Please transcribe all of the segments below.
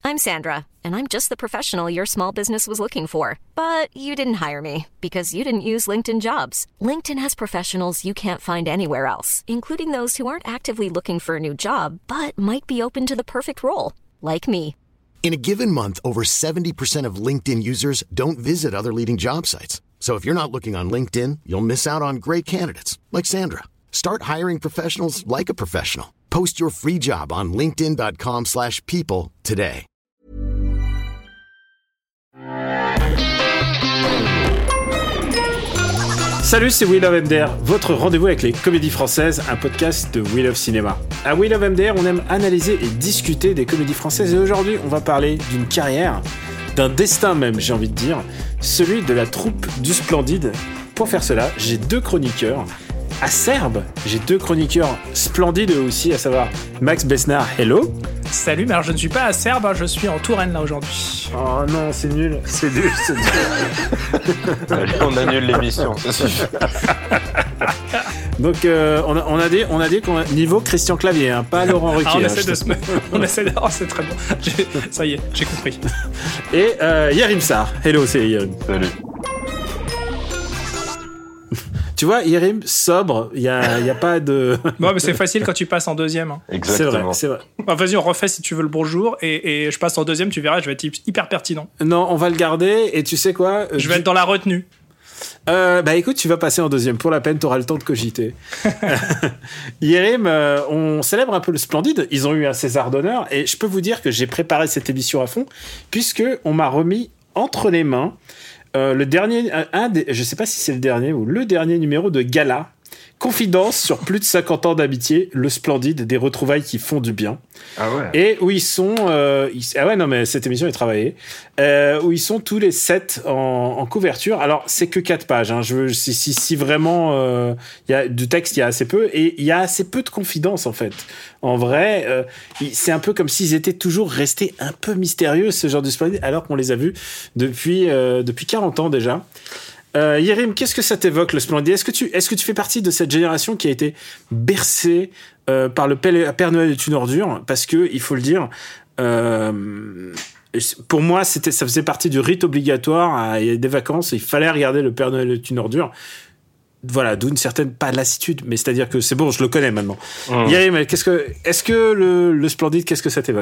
I'm Sandra, and I'm just the professional your small business was looking for. But you didn't hire me because you didn't use LinkedIn Jobs. LinkedIn has professionals you can't find anywhere else, including those who aren't actively looking for a new job, but might be open to the perfect role, like me. In a given month, over 70% of LinkedIn users don't visit other leading job sites. So if you're not looking on LinkedIn, you'll miss out on great candidates like Sandra. Start hiring professionals like a professional. Post your free job on linkedin.com/people today. Salut, c'est We Love MDR, votre rendez-vous avec les comédies françaises, un podcast de We Love Cinéma. À We Love MDR, on aime analyser et discuter des comédies françaises et aujourd'hui, on va parler d'une carrière, d'un destin même, j'ai envie de dire, celui de la troupe du Splendide. Pour faire cela, j'ai deux chroniqueurs acerbes, j'ai deux chroniqueurs splendides eux aussi, à savoir Max Besnard, hello. Salut, mais alors je ne suis pas acerbe, je suis en Touraine là aujourd'hui. Oh non, c'est nul, c'est nul. Allez, on annule l'émission, ça suffit. Donc on a dit qu'on a niveau Christian Clavier, hein, pas Laurent Ruquier. On essaie de... Oh, c'est très bon. Ça y est, j'ai compris. Et Yerim Sarr. Hello, c'est Yerim. Salut. Tu vois, Yerim, sobre, il y a pas de... Bon, mais c'est facile quand tu passes en deuxième. Hein. Exactement. C'est vrai. Bah, vas-y, on refait si tu veux le bonjour et je passe en deuxième, tu verras, je vais être hyper pertinent. Non, on va le garder et tu sais quoi je vais être dans la retenue. Bah écoute, tu vas passer en deuxième. Pour la peine, t'auras le temps de cogiter. Yerim, on célèbre un peu le Splendide. Ils ont eu un César d'honneur et je peux vous dire que j'ai préparé cette émission à fond puisque on m'a remis entre les mains le dernier, je sais pas si c'est le dernier ou le dernier numéro de Gala. Confidence sur plus de 50 ans d'amitié, le Splendide, des retrouvailles qui font du bien. Ah ouais. Et où ils sont... ah ouais, non, mais cette émission est travaillée. Où ils sont tous les 7 en couverture. Alors, c'est que 4 pages. Hein. Si vraiment... y a du texte, il y a assez peu. Et il y a assez peu de confidences, en fait. En vrai, c'est un peu comme s'ils étaient toujours restés un peu mystérieux, ce genre de Splendide, alors qu'on les a vus depuis 40 ans déjà. Yerim, qu'est-ce que ça t'évoque le Splendide ? Est-ce que tu fais partie de cette génération qui a été bercée par le Père Noël est une ordure ? Parce que il faut le dire, pour moi ça faisait partie du rite obligatoire des vacances. Il fallait regarder le Père Noël est une ordure. Voilà, d'où une certaine pas lassitude, mais c'est-à-dire que c'est bon, je le connais maintenant. Yerim, est-ce que le Splendide, qu'est-ce que ça t'évoque ?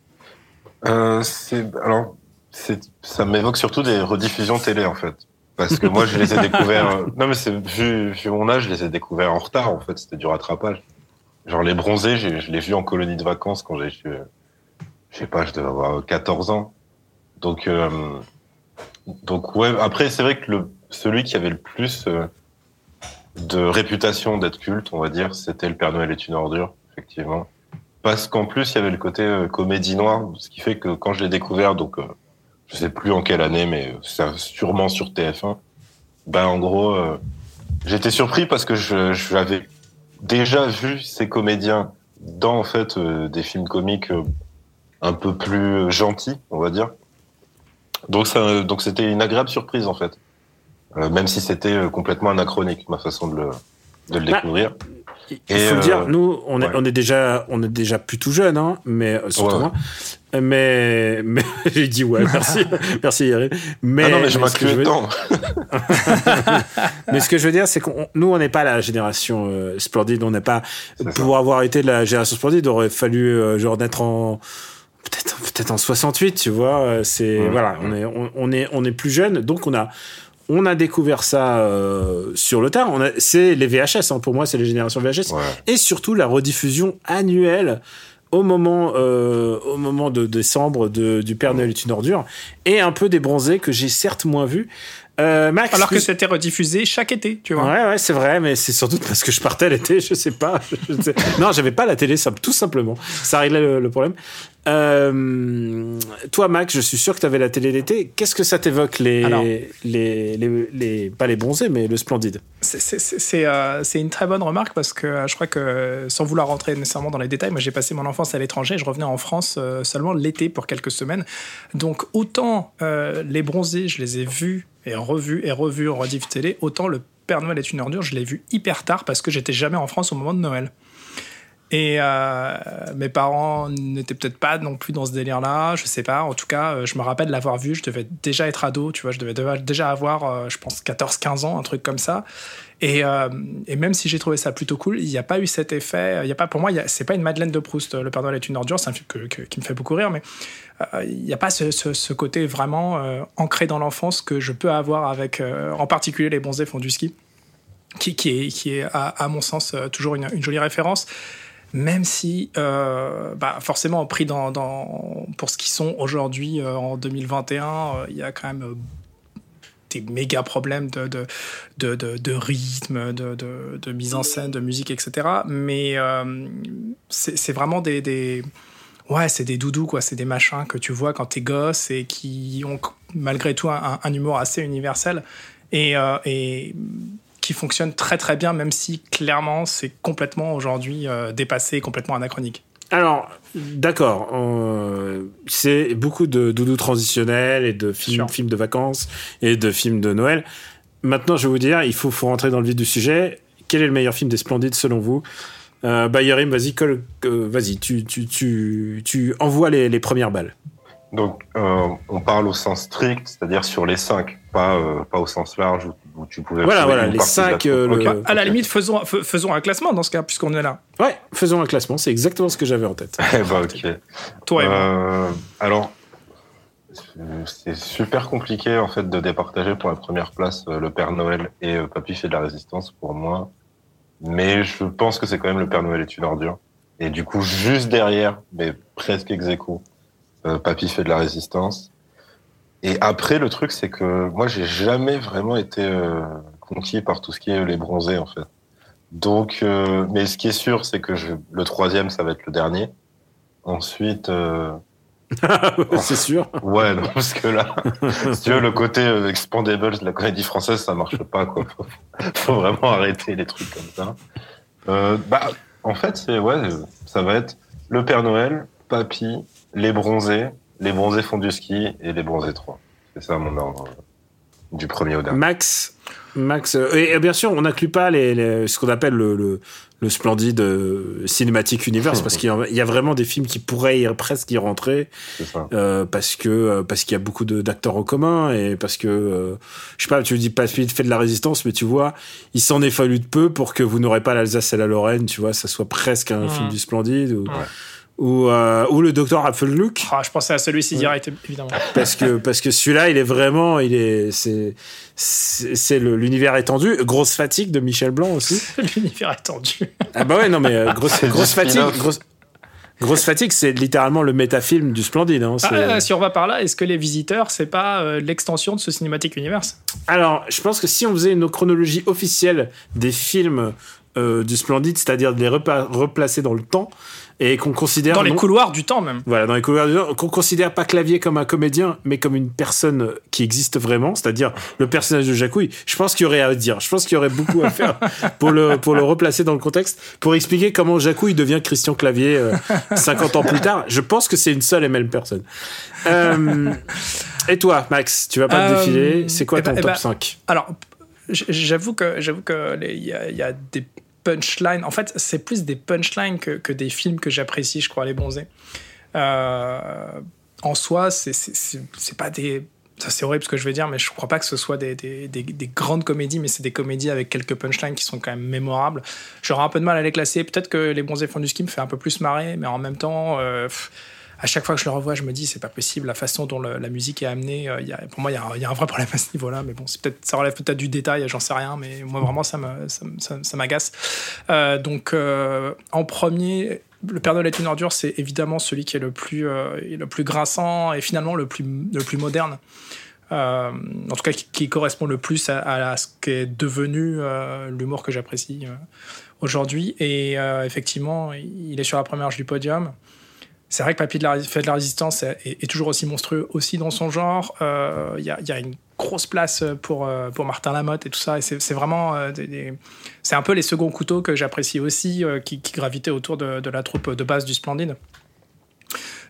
Ça m'évoque surtout des rediffusions télé en fait. Parce que moi, je les ai découverts... Non, mais vu mon âge, je les ai découverts en retard, en fait. C'était du rattrapage. Genre, les bronzés, je l'ai vu en colonie de vacances quand je sais pas, je devais avoir 14 ans. Donc ouais, après, c'est vrai que celui qui avait le plus de réputation d'être culte, on va dire, c'était le Père Noël est une ordure, effectivement. Parce qu'en plus, il y avait le côté comédie noire, ce qui fait que quand je l'ai découvert, donc... je sais plus en quelle année, mais c'est sûrement sur TF1. Ben, en gros, j'étais surpris parce que j'avais déjà vu ces comédiens dans, en fait, des films comiques un peu plus gentils, on va dire. Donc c'était une agréable surprise, en fait. Même si c'était complètement anachronique, ma façon de le découvrir. Il faut le dire, nous, on est déjà plus tout jeunes, hein, mais surtout moi. Mais j'ai dit ouais, merci Yerim. Mais je m'inclus dedans. Mais ce que je veux dire, c'est nous, on n'est pas la génération Splendide. On n'est pas pour avoir été de la génération Splendide, il aurait fallu genre naître en peut-être en 68, tu vois. Voilà, on est plus jeunes, donc on a découvert ça sur le tard. C'est les VHS, hein, pour moi, c'est les générations VHS. Ouais. Et surtout la rediffusion annuelle au moment de décembre du Père Noël est une ordure. Et un peu des bronzés que j'ai certes moins vus. Max, alors que c'était rediffusé chaque été, tu vois. Ouais, c'est vrai, mais c'est surtout parce que je partais l'été, je sais pas. Non, j'avais pas la télé, tout simplement. Ça réglait le problème. Toi, Max, je suis sûr que tu avais la télé l'été. Qu'est-ce que ça t'évoque les pas les bronzés, mais le Splendide? C'est une très bonne remarque parce que je crois que, sans vouloir rentrer nécessairement dans les détails, moi j'ai passé mon enfance à l'étranger et je revenais en France seulement l'été pour quelques semaines. Donc autant les bronzés, je les ai vus et revus en rediff télé, autant le Père Noël est une ordure, je l'ai vu hyper tard parce que j'étais jamais en France au moment de Noël. Et mes parents n'étaient peut-être pas non plus dans ce délire-là, je sais pas. En tout cas, je me rappelle l'avoir vu, je devais déjà être ado, tu vois, je devais déjà avoir, je pense, 14-15 ans, un truc comme ça. Et même si j'ai trouvé ça plutôt cool, il n'y a pas eu cet effet. Il y a pas, pour moi, c'est pas une Madeleine de Proust. Le Père Noël est une ordure, c'est un film qui me fait beaucoup rire, mais il n'y a pas ce côté vraiment ancré dans l'enfance que je peux avoir avec, en particulier, Les Bronzés font du ski, qui est à mon sens, toujours une jolie référence. Même si, forcément, pris pour ce qu'ils sont aujourd'hui, en 2021, il y a quand même des méga problèmes de rythme, de mise en scène, de musique, etc. Mais c'est vraiment c'est des doudous, quoi. C'est des machins que tu vois quand t'es gosse et qui ont malgré tout un humour assez universel et qui fonctionne très très bien, même si clairement c'est complètement aujourd'hui dépassé, complètement anachronique. Alors, d'accord, c'est beaucoup de doudous transitionnels et de films de vacances et de films de Noël. Maintenant, je vais vous dire, il faut rentrer dans le vif du sujet. Quel est le meilleur film des Splendides selon vous? Yerim, vas-y, vas-y, tu envoies les premières balles. Donc, on parle au sens strict, c'est-à-dire sur les 5, pas au sens large où tu pouvais... Voilà, les 5... À la limite, faisons un classement dans ce cas, puisqu'on est là. Ouais, faisons un classement, c'est exactement ce que j'avais en tête. Ok. Toi et moi. Alors, c'est super compliqué, en fait, de départager pour la première place le Père Noël et Papy fait de la résistance, pour moi. Mais je pense que c'est quand même le Père Noël est une ordure. Et du coup, juste derrière, mais presque ex aequo, Papy fait de la résistance. Et après, le truc, c'est que moi, j'ai jamais vraiment été conquis par tout ce qui est Les Bronzés, en fait. Donc, mais ce qui est sûr, c'est que le troisième, ça va être le dernier. Ensuite... c'est sûr. Ouais, non, parce que là, si tu veux, le côté Expendables de la comédie française, ça marche pas, quoi. Faut vraiment arrêter les trucs comme ça. En fait, ça va être le Père Noël, Papy, Les Bronzés font du ski et Les Bronzés 3. C'est ça mon ordre du premier au dernier. Max, et bien sûr, on n'inclut pas ce qu'on appelle le splendide cinématique universe, parce qu'il y a vraiment des films qui pourraient presque y rentrer. C'est ça. Parce qu'il y a beaucoup d'acteurs en commun, et parce que, je sais pas, tu dis pas fait de la résistance, mais tu vois, il s'en est fallu de peu pour que vous n'aurez pas l'Alsace et la Lorraine, tu vois, ça soit presque un film du splendide, ou le docteur Apfelluck. Je pensais à celui-ci direct, évidemment. Parce que celui-là, il est vraiment, c'est l'univers étendu. Grosse fatigue de Michel Blanc aussi. L'univers étendu. Ah bah ouais, non mais grosse fatigue, c'est littéralement le métafilm du Splendide. Hein, si on va par là, est-ce que Les Visiteurs, c'est pas l'extension de ce cinématique universe? Alors, je pense que si on faisait une chronologie officielle des films du Splendide, c'est-à-dire de les replacer dans le temps, et qu'on considère... Dans les couloirs du temps, même. Voilà, dans les couloirs du temps, qu'on considère pas Clavier comme un comédien, mais comme une personne qui existe vraiment, c'est-à-dire le personnage de Jacouille. Je pense qu'il y aurait à dire. Je pense qu'il y aurait beaucoup à faire pour le replacer dans le contexte, pour expliquer comment Jacouille devient Christian Clavier 50 ans plus tard. Je pense que c'est une seule et même personne. Et toi, Max, tu vas pas te défiler. C'est quoi ton top 5? Alors, j'avoue que il y a des punchlines. En fait, c'est plus des punchlines que des films que j'apprécie, je crois, Les Bronzés. En soi, c'est pas des... Ça, c'est horrible ce que je vais dire, mais je crois pas que ce soit des grandes comédies, mais c'est des comédies avec quelques punchlines qui sont quand même mémorables. J'aurais un peu de mal à les classer. Peut-être que Les Bronzés font du ski me fait un peu plus marrer, mais en même temps... à chaque fois que je le revois, je me dis c'est pas possible la façon dont la musique est amenée. Pour moi, il y a un vrai problème à ce niveau-là, mais bon, ça relève peut-être du détail, j'en sais rien, mais moi vraiment ça m'agace. Donc en premier, Le Père Noël est une ordure, c'est évidemment celui qui est le plus grinçant et finalement le plus moderne. En tout cas, qui correspond le plus à ce qu'est devenu l'humour que j'apprécie aujourd'hui. Et effectivement, il est sur la première marche du podium. C'est vrai que Papy fait de la résistance est toujours aussi monstrueux aussi dans son genre. Il y a une grosse place pour Martin Lamotte et tout ça. Et c'est vraiment c'est un peu les seconds couteaux que j'apprécie aussi, qui gravitaient autour de la troupe de base du Splendide.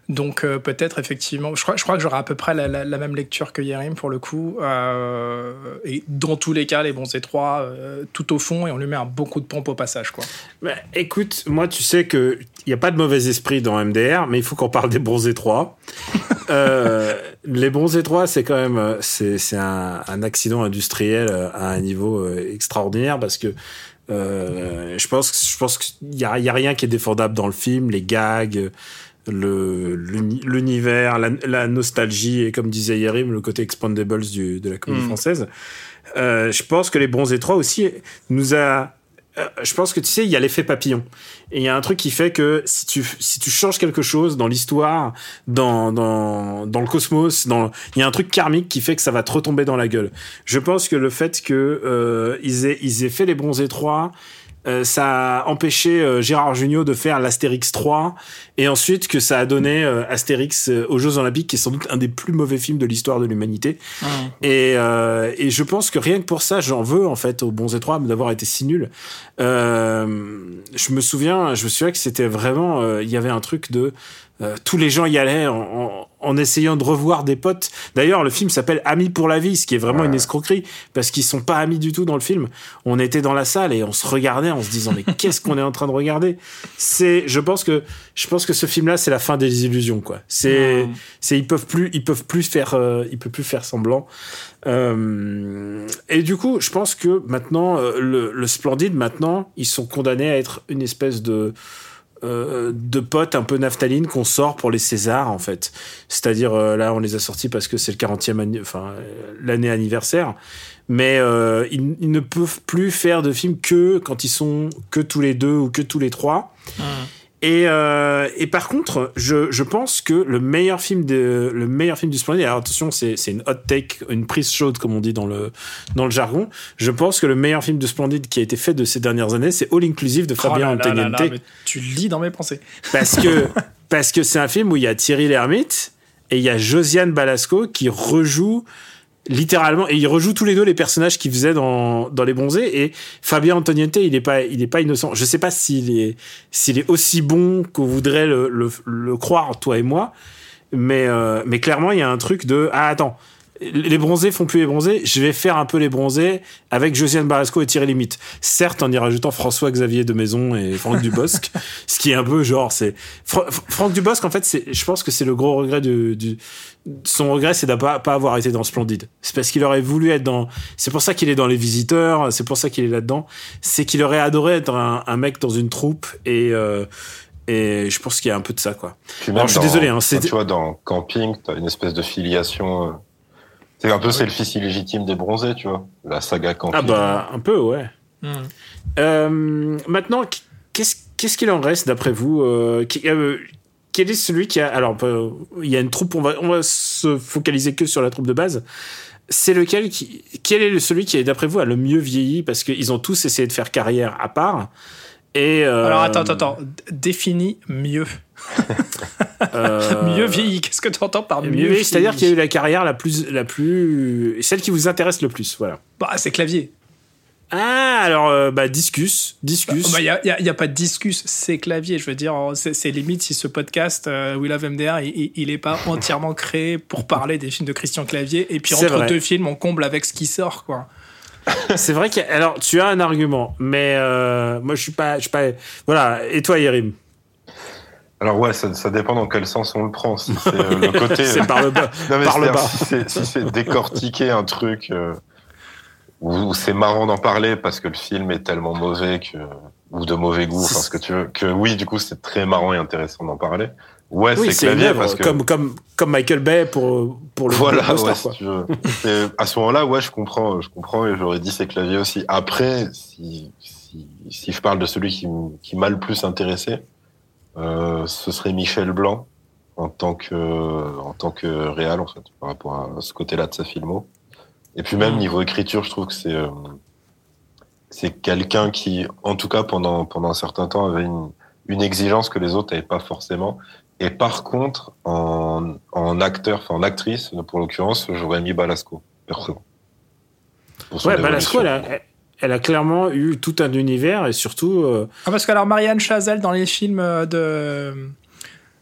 Donc peut-être effectivement, je crois que j'aurai à peu près la même lecture que Yerim pour le coup. Et dans tous les cas, les Bronzés 3, tout au fond, et on lui met un bon coup de pompe au passage, quoi. Bah, écoute, moi tu sais que il y a pas de mauvais esprit dans MDR, mais il faut qu'on parle des Bronzés 3. Les Bronzés 3, c'est quand même c'est un accident industriel à un niveau extraordinaire parce que je pense qu'il y a rien qui est défendable dans le film, les gags, l'univers, la nostalgie et comme disait Yerim, le côté Expendables de la comédie française. Je pense que les Bronzés 3 aussi nous a je pense que tu sais, il y a l'effet papillon. Et il y a un truc qui fait que si tu changes quelque chose dans l'histoire, dans le cosmos, il y a un truc karmique qui fait que ça va te retomber dans la gueule. Je pense que le fait que ils aient fait les Bronzés 3, ça a empêché Gérard Jugnot de faire l'Astérix 3 et ensuite que ça a donné Astérix aux Jeux Olympiques qui est sans doute un des plus mauvais films de l'histoire de l'humanité. Et je pense que rien que pour ça j'en veux en fait aux Bronzés 3 d'avoir été si nul. Je me souviens que c'était vraiment il y avait un truc de tous les gens y allaient en essayant de revoir des potes. D'ailleurs, le film s'appelle Amis pour la vie, ce qui est vraiment une escroquerie, parce qu'ils sont pas amis du tout dans le film. On était dans la salle et on se regardait en se disant mais qu'est-ce qu'on est en train de regarder ? Je pense que ce film-là, c'est la fin des illusions, quoi. Ils peuvent plus faire semblant. Et du coup, je pense que maintenant, le Splendide, maintenant, ils sont condamnés à être une espèce de potes un peu naphtaline qu'on sort pour les Césars en fait. C'est-à-dire là on les a sortis parce que c'est le 40e l'année anniversaire, mais ils ne peuvent plus faire de films que quand ils sont que tous les deux ou que tous les trois. Et par contre, je pense que le meilleur film du Splendid, alors attention, c'est une hot take, une prise chaude comme on dit dans le jargon. Je pense que le meilleur film de Splendid qui a été fait de ces dernières années, c'est All Inclusive de Fabien Antoniente. Tu lis dans mes pensées. Parce que c'est un film où il y a Thierry Lhermitte et il y a Josiane Balasco qui rejoue littéralement, et ils rejouent tous les deux les personnages qu'ils faisaient dans Les Bronzés, et Fabien Antoniente, il est pas innocent. Je sais pas s'il est aussi bon qu'on voudrait le croire, toi et moi, mais clairement, il y a un truc de, attends, les Bronzés font plus les Bronzés, je vais faire un peu les Bronzés avec Josiane Balasco et Thierry Lhermitte. Certes, en y rajoutant François-Xavier de Maison et Franck Dubosc, ce qui est un peu genre, c'est, Franck Dubosc, en fait, je pense que c'est le gros regret son regret, c'est de pas avoir été dans Splendid. C'est parce qu'il aurait voulu être c'est pour ça qu'il est dans Les Visiteurs, c'est pour ça qu'il est là-dedans. C'est qu'il aurait adoré être un mec dans une troupe et je pense qu'il y a un peu de ça, quoi. Alors, je suis désolé, hein, tu vois, dans Camping, t'as une espèce de filiation, c'est un peu, c'est le fils illégitime des Bronzés, tu vois. La saga Camping. Ah bah, un peu, ouais. Maintenant, qu'est-ce qu'il en reste d'après vous? Quel est celui qui a... Alors, il y a une troupe, on va se focaliser que sur la troupe de base. C'est quel est celui qui, d'après vous, a le mieux vieilli? Parce qu'ils ont tous essayé de faire carrière à part. Alors, attends. Définis mieux. Mieux vieilli. Qu'est-ce que tu entends par mieux vieilli? C'est-à-dire qu'il y a eu la carrière la plus... Celle qui vous intéresse le plus, voilà. Bah, c'est Clavier. Ah, alors, Discus. Il y a pas de Discus, c'est Clavier. Je veux dire, c'est limite si ce podcast We Love MDR, il est pas entièrement créé pour parler des films de Christian Clavier. Et puis entre deux films, on comble avec ce qui sort, quoi. C'est vrai que, alors, tu as un argument, mais moi, je suis pas. Voilà. Et toi, Yerim? Alors ouais, ça dépend dans quel sens on le prend. Si c'est le côté. C'est par le bas. Non, mais par le bas. Si c'est décortiquer un truc. Où c'est marrant d'en parler parce que le film est tellement mauvais ou de mauvais goût, enfin ce que tu veux, que oui, du coup, c'est très marrant et intéressant d'en parler. Ouais, oui, c'est Clavier parce que comme Michael Bay pour le voilà, poster, ouais, quoi. Si tu veux. Et à ce moment-là, ouais, je comprends et j'aurais dit c'est Clavier aussi. Après, si je parle de celui qui m'a le plus intéressé, ce serait Michel Blanc en tant que réal, en fait, par rapport à ce côté-là de sa filmo. Et puis même niveau écriture, je trouve que c'est quelqu'un qui, en tout cas pendant un certain temps, avait une exigence que les autres n'avaient pas forcément. Et par contre, en acteur, enfin en actrice, pour l'occurrence, j'aurais mis Balasco, personnellement. Ouais, Balasco, elle a clairement eu tout un univers et surtout. Parce que alors Marianne Chazelle dans les films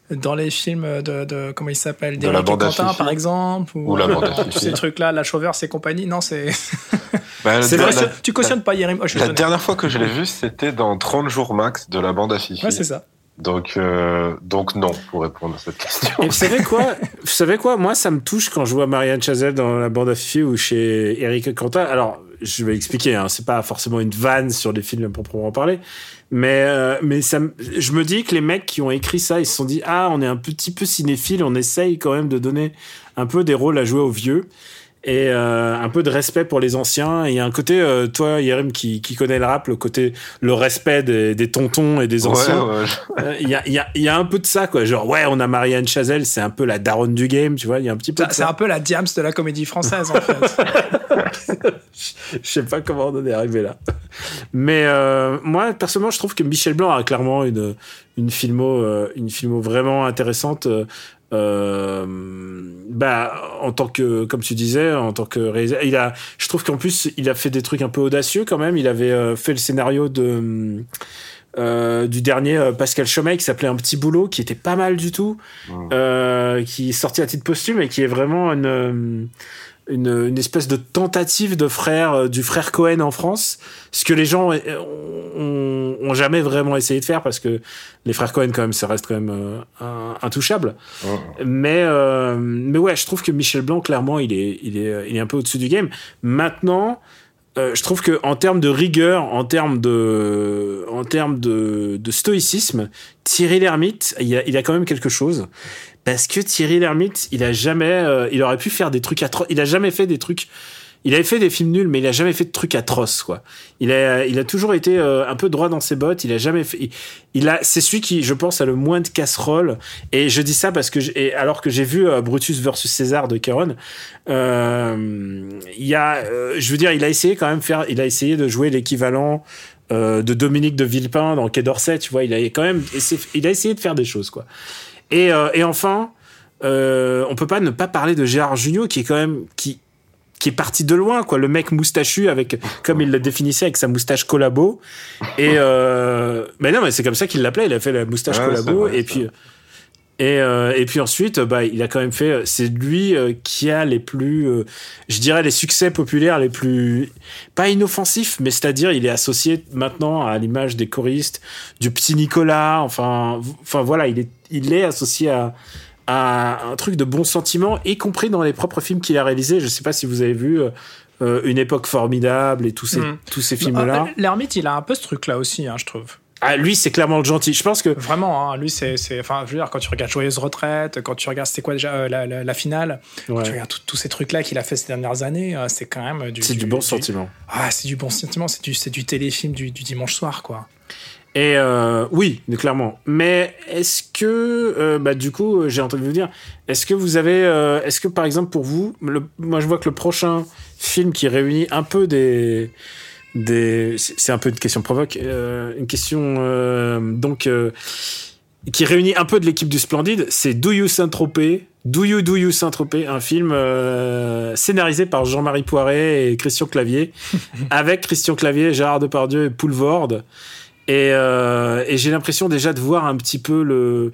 Dans les films de comment il s'appelle, De la d'Éric et bande à Quentin Fifi. par exemple, Ou la bande à tous Fifi. ces trucs-là, La Chauverse et compagnie. Non, c'est. Bah, C'est la- vrai, la- tu cautionnes pas Yérim. Oh, je suis La étonné. dernière fois que je l'ai vu, c'était dans 30 jours max de la bande à Fifi. Ouais, c'est ça. Donc non, pour répondre à cette question. Et vous savez quoi? Moi, ça me touche quand je vois Marianne Chazelle dans la bande à Fifi ou chez Éric et Quentin. Alors, je vais expliquer, hein, c'est pas forcément une vanne sur les films à proprement parler, mais je me dis que les mecs qui ont écrit ça, ils se sont dit, ah, on est un petit peu cinéphile, on essaye quand même de donner un peu des rôles à jouer aux vieux. Et un peu de respect pour les anciens. Et il y a un côté, toi, Yérim, qui connaît le rap, le respect des tontons et des anciens. Ouais. Il y a un peu de ça, quoi. Genre, ouais, on a Marianne Chazelle, c'est un peu la daronne du game, tu vois. Il y a un petit peu de C'est ça. un peu la Diams de la comédie française, en fait. Je sais pas comment on en est arrivé là. Mais moi, personnellement, je trouve que Michel Blanc a clairement une filmo vraiment intéressante. En tant que, comme tu disais, en tant que réalisateur, je trouve qu'en plus, il a fait des trucs un peu audacieux quand même. Il avait fait le scénario du dernier Pascal Chomet qui s'appelait Un petit boulot, qui était pas mal du tout, qui est sorti à titre posthume et qui est vraiment une espèce de tentative de du frère Cohen en France, ce que les gens ont jamais vraiment essayé de faire, parce que les frères Cohen quand même, ça reste quand même intouchable. Mais ouais, je trouve que Michel Blanc, clairement, il est un peu au-dessus du game. Maintenant, je trouve que en termes de rigueur, en termes de stoïcisme, Thierry Lhermitte, il a quand même quelque chose. Parce que Thierry Lhermitte, il aurait pu faire des trucs atroces. Il a jamais fait des trucs. Il avait fait des films nuls, mais il a jamais fait de trucs atroces, quoi. Il a toujours été un peu droit dans ses bottes. Il a jamais fait. C'est celui qui, je pense, a le moins de casseroles. Et je dis ça parce que, alors que j'ai vu Brutus versus César de Caron, je veux dire, il a essayé de jouer l'équivalent de Dominique de Villepin dans Quai d'Orsay, tu vois. Il a essayé de faire des choses, quoi. Et enfin, on peut pas ne pas parler de Gérard Jugnot, qui est quand même qui est parti de loin, quoi. Le mec moustachu avec, comme il le définissait, avec sa moustache collabo. Et mais non, mais c'est comme ça qu'il l'appelait. Il a fait la moustache collabo. Vrai, et puis ensuite, il a quand même fait. C'est lui qui a les plus, je dirais, les succès populaires les plus pas inoffensifs, mais c'est-à-dire, il est associé maintenant à l'image des choristes, du Petit Nicolas. Enfin voilà, il est associé à un truc de bon sentiment, y compris dans les propres films qu'il a réalisés. Je sais pas si vous avez vu Une époque formidable et tous ces films-là. L'Hermite, il a un peu ce truc-là aussi, hein, je trouve. Ah, lui, c'est clairement le gentil. Je pense que vraiment, hein, lui, enfin, je veux dire, quand tu regardes Joyeuse Retraite, quand tu regardes, c'était quoi déjà la finale, quand tu regardes tous ces trucs-là qu'il a fait ces dernières années, c'est quand même du bon sentiment. Ah, c'est du bon sentiment, c'est du téléfilm du dimanche soir, quoi. Et oui, clairement. Mais est-ce que, du coup, j'ai entendu vous dire, est-ce que par exemple pour vous, moi je vois que le prochain film qui réunit un peu c'est un peu une question provoque, une question qui réunit un peu de l'équipe du Splendide, c'est Do You Saint-Tropez, un film scénarisé par Jean-Marie Poiret et Christian Clavier, avec Christian Clavier, Gérard Depardieu et Poulvorde. Et j'ai l'impression déjà de voir un petit peu le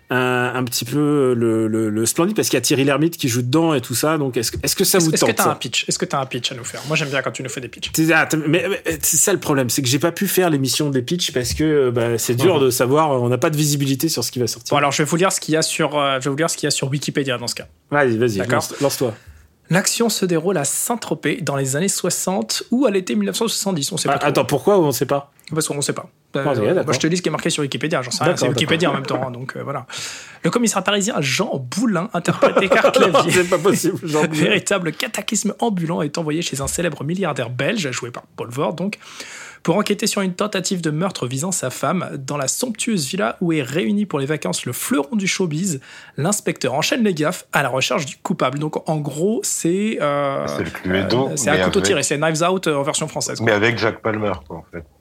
Splendide, parce qu'il y a Thierry Lhermitte qui joue dedans et tout ça. Donc est-ce que ça vous tente? Est-ce que t'as un pitch à nous faire? Moi, j'aime bien quand tu nous fais des pitchs. Mais c'est ça le problème, c'est que j'ai pas pu faire l'émission des pitchs parce que c'est dur de savoir, on n'a pas de visibilité sur ce qui va sortir. Bon, alors je vais vous lire ce qu'il y a sur Wikipédia dans ce cas. Vas-y, lance-toi. L'action se déroule à Saint-Tropez dans les années 60 ou à l'été 1970. On sait pas trop. Attends, pourquoi on sait pas? Parce qu'on ne sait pas. Moi, je te lis ce qui est marqué sur Wikipédia, j'en sais rien, c'est Wikipédia en même temps, hein, donc voilà. Le commissaire parisien Jean Boulin, interprété par Clavier, c'est pas possible, Jean Boulin. Véritable cataclysme ambulant, est envoyé chez un célèbre milliardaire belge, joué par Poulvorde donc, pour enquêter sur une tentative de meurtre visant sa femme dans la somptueuse villa où est réuni pour les vacances le fleuron du showbiz. L'inspecteur enchaîne les gaffes à la recherche du coupable. Donc en gros, c'est le Cluedo, c'est un couteau tiré, c'est Knives Out en version française, quoi. Mais avec Jacques Palmer, quoi, en fait.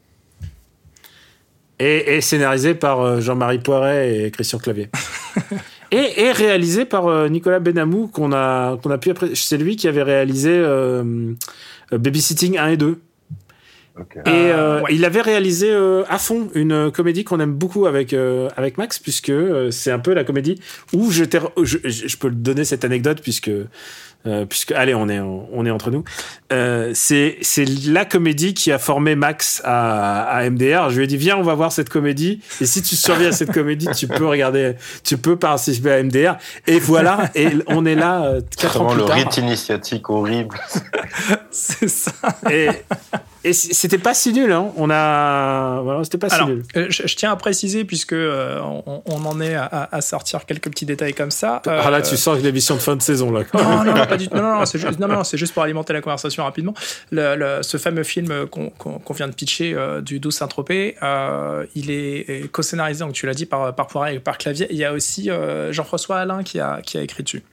Et scénarisé par Jean-Marie Poiret et Christian Clavier. et réalisé par Nicolas Benamou, qu'on a pu après. C'est lui qui avait réalisé Babysitting 1 et 2. Okay. Et il avait réalisé à fond une comédie qu'on aime beaucoup avec Max, puisque c'est un peu la comédie où je peux donner cette anecdote puisque allez, on est entre nous. C'est la comédie qui a formé Max à MDR. Je lui ai dit, viens, on va voir cette comédie. Et si tu survis à cette comédie, tu peux participer à MDR. Et voilà. Et on est là 4 ans plus tard. Le rite initiatique horrible. C'est ça. Et c'était pas si nul, hein. C'était pas si nul. Je tiens à préciser, puisque on en est à sortir quelques petits détails comme ça. Là, tu sors l'émission de fin de saison, là. Non, pas du tout. Non, c'est juste pour alimenter la conversation rapidement. Ce fameux film qu'on vient de pitcher du 12 Saint-Tropez, il est co-scénarisé, donc tu l'as dit, par Poiret et par Clavier. Il y a aussi Jean-François Alain qui a écrit dessus.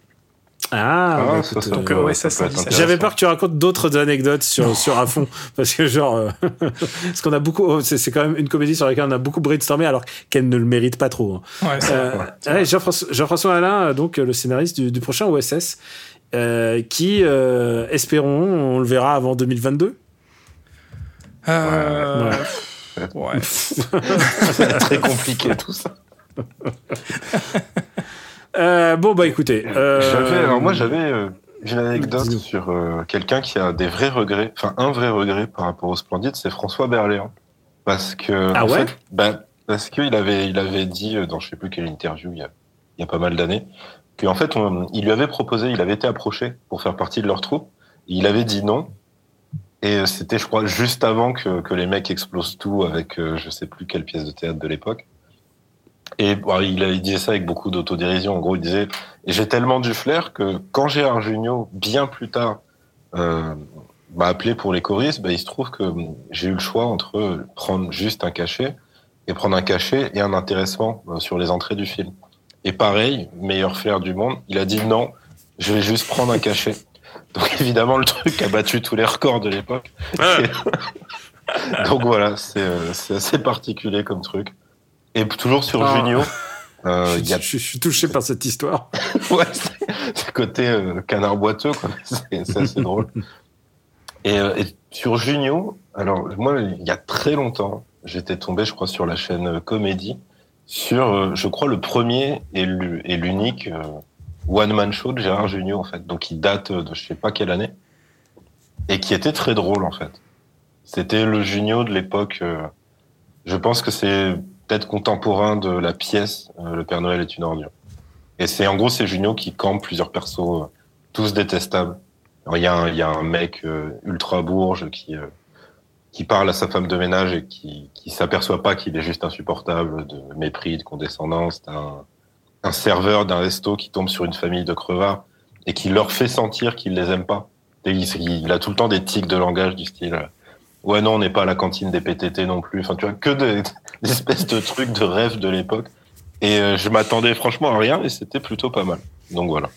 J'avais peur que tu racontes d'autres anecdotes sur à fond, parce que parce qu'on a beaucoup, c'est quand même une comédie sur laquelle on a beaucoup brainstormé alors qu'elle ne le mérite pas trop. Jean-François Alain, donc le scénariste du prochain OSS, qui, espérons, on le verra avant 2022. Ouais. C'est très compliqué tout ça. Écoutez. J'avais une anecdote sur quelqu'un qui a des vrais regrets, enfin un vrai regret par rapport au Splendide, c'est François Berléand. Parce que, parce qu'il avait dit dans je sais plus quelle interview il y a pas mal d'années, qu'en fait, il lui avait proposé, il avait été approché pour faire partie de leur troupe, et il avait dit non. Et c'était, je crois, juste avant que les mecs explosent tout avec je sais plus quelle pièce de théâtre de l'époque. Et il disait ça avec beaucoup d'autodérision. En gros, il disait « J'ai tellement du flair que quand Gérard Jugnot, bien plus tard, m'a appelé pour les choristes, il se trouve que j'ai eu le choix entre prendre juste un cachet et prendre un cachet et un intéressement sur les entrées du film. Et pareil, meilleur flair du monde, il a dit « Non, je vais juste prendre un cachet. » Donc évidemment, le truc a battu tous les records de l'époque. Donc voilà, c'est assez particulier comme truc. Et toujours sur Jugnot, je suis touché par cette histoire. Ouais, c'est côté canard boiteux, quoi. C'est assez drôle. Et sur Jugnot, alors moi, il y a très longtemps, j'étais tombé, je crois, sur la chaîne Comédie, sur, je crois, le premier et l'unique one-man show de Gérard Jugnot, en fait. Donc, il date de je sais pas quelle année, et qui était très drôle, en fait. C'était le Jugnot de l'époque. Je pense que c'est peut-être contemporain de la pièce Le Père Noël est une ordure. Et c'est Jugnot qui campe plusieurs persos, tous détestables. Il y a un mec ultra bourge qui parle à sa femme de ménage et qui s'aperçoit pas qu'il est juste insupportable, de mépris, de condescendance. T'as un serveur d'un resto qui tombe sur une famille de crevards et qui leur fait sentir qu'il les aime pas. Et il a tout le temps des tics de langage du style ouais, non, on n'est pas à la cantine des PTT non plus. Enfin, tu vois, que des espèces de trucs de rêve de l'époque. Et je m'attendais franchement à rien et c'était plutôt pas mal. Donc voilà.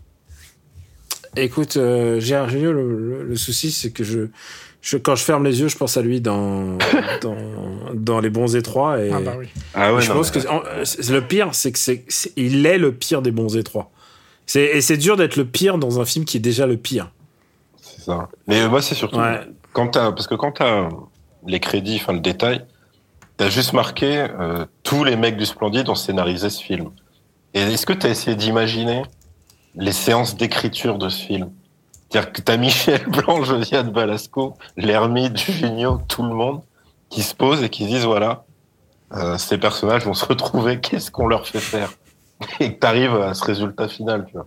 Écoute, Gérard Jugnot, le souci, c'est que quand je ferme les yeux, je pense à lui dans Les Bons Étroits. Et oui. Je pense que le pire, c'est que il est le pire des Bons Étroits. Et c'est dur d'être le pire dans un film qui est déjà le pire. C'est ça. Mais moi, c'est surtout... Ouais. Parce que quand t'as les crédits, enfin le détail, t'as juste marqué tous les mecs du Splendide ont scénarisé ce film. Et est-ce que t'as essayé d'imaginer les séances d'écriture de ce film? C'est-à-dire que t'as Michel Blanc, Josiane Balasco, l'ermite, Jugnot, tout le monde qui se posent et qui disent voilà, ces personnages vont se retrouver, qu'est-ce qu'on leur fait faire? Et que t'arrives à ce résultat final, tu vois.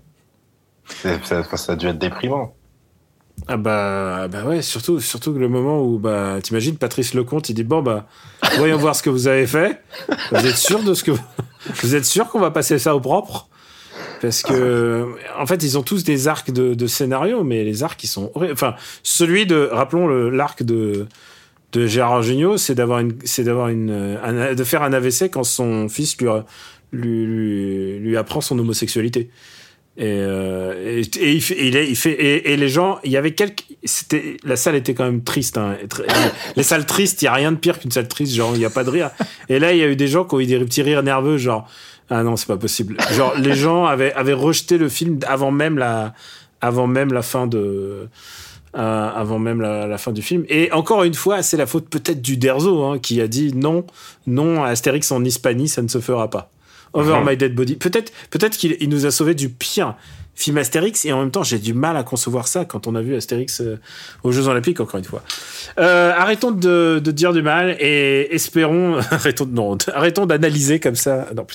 Ça a dû être déprimant. Ah bah ouais, surtout que le moment où t'imagines Patrice Lecomte, il dit voyons voir ce que vous avez fait. Vous êtes sûr vous êtes sûr qu'on va passer ça au propre? Parce que en fait, ils ont tous des arcs de scénario, mais les arcs ils sont horribles. Enfin, rappelons l'arc de Gérard Jugnot, c'est de faire un AVC quand son fils lui apprend son homosexualité. Et les gens, il y avait la salle était quand même triste, hein. Les salles tristes, il y a rien de pire qu'une salle triste, genre il y a pas de rire. Et là il y a eu des gens qui ont eu des petits rires nerveux, genre ah non, c'est pas possible. Genre les gens avaient rejeté le film avant même la fin de avant même la fin du film. Et encore une fois, c'est la faute peut-être du Derzo qui a dit non, Astérix en Hispanie, ça ne se fera pas. Over My Dead Body. Peut-être qu'il nous a sauvé du pire film Astérix, et en même temps j'ai du mal à concevoir ça quand on a vu Astérix aux Jeux Olympiques, encore une fois. Arrêtons de dire du mal et espérons arrêtons d'analyser comme ça. Non,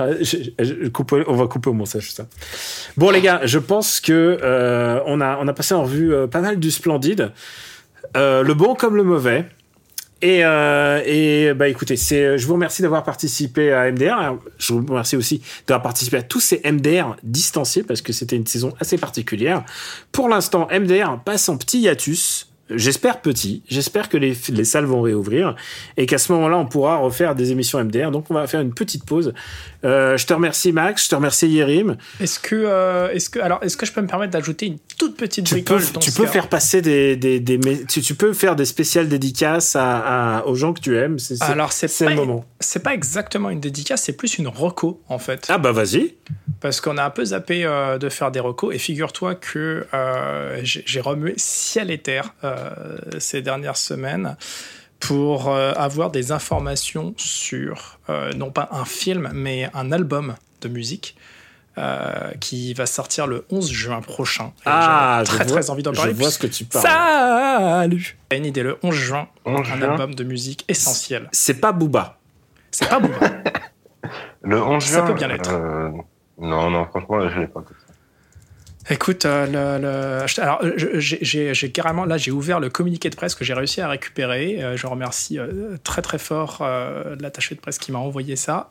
on va couper au montage ça. Bon les gars, je pense que on a passé en revue pas mal du splendide, le bon comme le mauvais. Et écoutez, je vous remercie d'avoir participé à MDR. Je vous remercie aussi d'avoir participé à tous ces MDR distanciés parce que c'était une saison assez particulière. Pour l'instant, MDR passe en petit hiatus. J'espère que les salles vont réouvrir et qu'à ce moment-là, on pourra refaire des émissions MDR. Donc, on va faire une petite pause. Je te remercie, Max. Je te remercie, Yérim. Est-ce que je peux me permettre d'ajouter une toute petite bricole Tu peux faire passer tu peux faire des spéciales dédicaces aux gens que tu aimes. C'est le moment. C'est pas exactement une dédicace, c'est plus une reco, en fait. Ah bah vas-y. Parce qu'on a un peu zappé de faire des recos, et figure-toi que j'ai remué ciel et terre ces dernières semaines pour avoir des informations sur, non pas un film, mais un album de musique qui va sortir le 11 juin prochain. J'ai très envie d'en parler. Je vois ce que tu parles. Salut! J'ai une idée, le 11 juin, album de musique essentiel. C'est pas Booba. C'est pas Booba. Le 11 juin. Ça peut bien l'être. Non, franchement, là, je l'ai pas écouté. Écoute, alors j'ai carrément, là j'ai ouvert le communiqué de presse que j'ai réussi à récupérer. Je remercie très très fort l'attaché de presse qui m'a envoyé ça.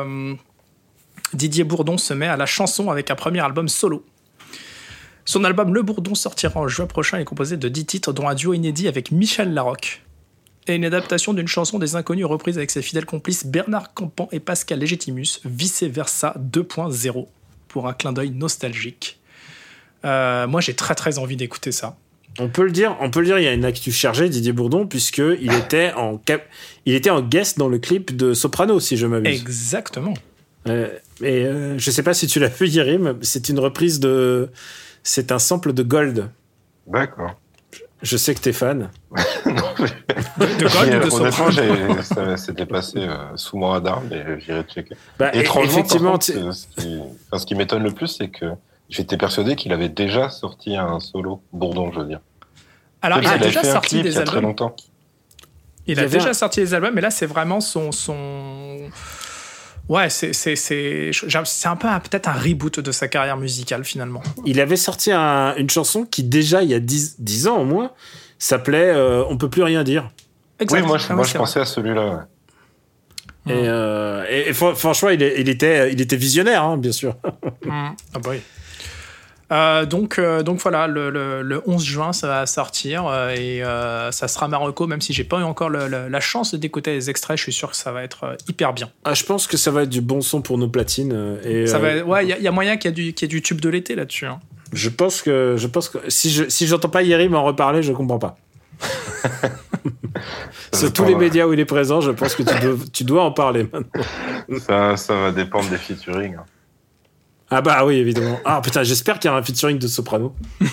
Didier Bourdon se met à la chanson avec un premier album solo. Son album Le Bourdon sortira en juin prochain et est composé de 10 titres, dont un duo inédit avec Michel Larocque et une adaptation d'une chanson des Inconnus reprise avec ses fidèles complices Bernard Campan et Pascal Légitimus, Vice Versa 2.0, pour un clin d'œil nostalgique. Moi, j'ai très très envie d'écouter ça. On peut le dire, il y a une actu chargée, Didier Bourdon, puisqu'il était en guest dans le clip de Soprano, si je m'abuse. Exactement. Je sais pas si tu l'as vu, Yérim, c'est un sample de Gold. D'accord. Je sais que t'es fan. de Gold ou de Soprano. Ça s'était passé sous mon radar, mais j'irai checker. Effectivement, ce qui m'étonne le plus, c'est que j'étais persuadé qu'il avait déjà sorti un solo, Bourdon, je veux dire. Alors, il a déjà sorti des albums. Très longtemps. Il a déjà sorti des albums, mais là, c'est vraiment son... Ouais, c'est un peu peut-être un reboot de sa carrière musicale, finalement. Il avait sorti une chanson qui, déjà, il y a 10 ans au moins, s'appelait On peut plus rien dire. Exactement. Oui, moi je pensais à celui-là, ouais. Et franchement, il était visionnaire, bien sûr. Ah bah oui. Donc voilà, le 11 juin, ça va sortir et ça sera Marocco, même si j'ai pas eu encore la chance d'écouter les extraits, je suis sûr que ça va être hyper bien. Je pense que ça va être du bon son pour nos platines. Ouais, il y a moyen qu'il y ait du tube de l'été là-dessus. Hein. Je pense que si j'entends pas Yérim en reparler, je comprends pas. Sur tous les médias où il est présent, je pense que tu dois en parler maintenant. Ça va dépendre des featuring. Ah bah oui, évidemment. Ah putain, j'espère qu'il y aura un featuring de Soprano.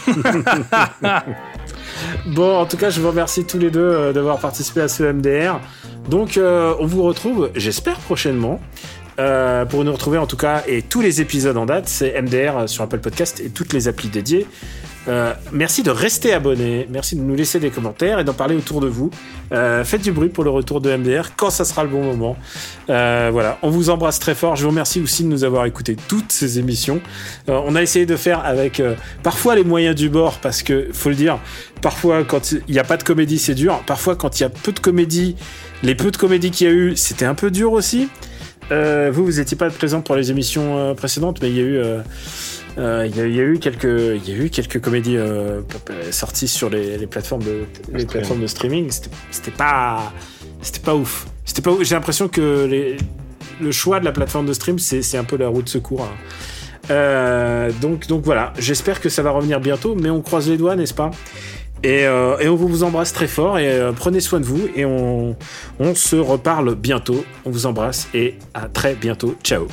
Bon, en tout cas, je vous remercie tous les deux d'avoir participé à ce MDR. Donc, on vous retrouve, j'espère, prochainement. Pour nous retrouver, en tout cas, et tous les épisodes en date, c'est MDR sur Apple Podcast et toutes les applis dédiées. Merci de rester abonné, merci de nous laisser des commentaires et d'en parler autour de vous. Faites du bruit pour le retour de MDR quand ça sera le bon moment. Voilà, on vous embrasse très fort. Je vous remercie aussi de nous avoir écouté toutes ces émissions. On a essayé de faire avec parfois les moyens du bord, parce que faut le dire, parfois quand il n'y a pas de comédie c'est dur, parfois quand il y a peu de comédie, les peu de comédie qu'il y a eu c'était un peu dur aussi. Vous n'étiez pas présent pour les émissions précédentes, mais il y a eu quelques comédies sorties sur les plateformes de streaming. C'était pas ouf. J'ai l'impression que le choix de la plateforme de stream c'est un peu la roue de secours. Donc voilà. J'espère que ça va revenir bientôt, mais on croise les doigts, n'est-ce pas? Et on vous embrasse très fort et prenez soin de vous et on se reparle bientôt. On vous embrasse et à très bientôt. Ciao.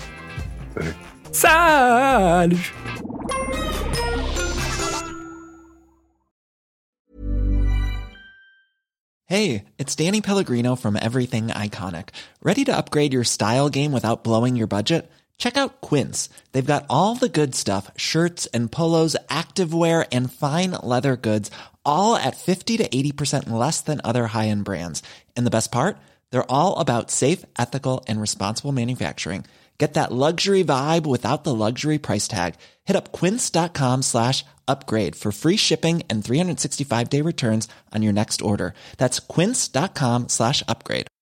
Salut. Hey, it's Danny Pellegrino from Everything Iconic. Ready to upgrade your style game without blowing your budget? Check out Quince. They've got all the good stuff, shirts and polos, activewear, and fine leather goods, all at 50 to 80% less than other high-end brands. And the best part? They're all about safe, ethical, and responsible manufacturing. Get that luxury vibe without the luxury price tag. Hit up quince.com/upgrade for free shipping and 365-day returns on your next order. That's quince.com/upgrade.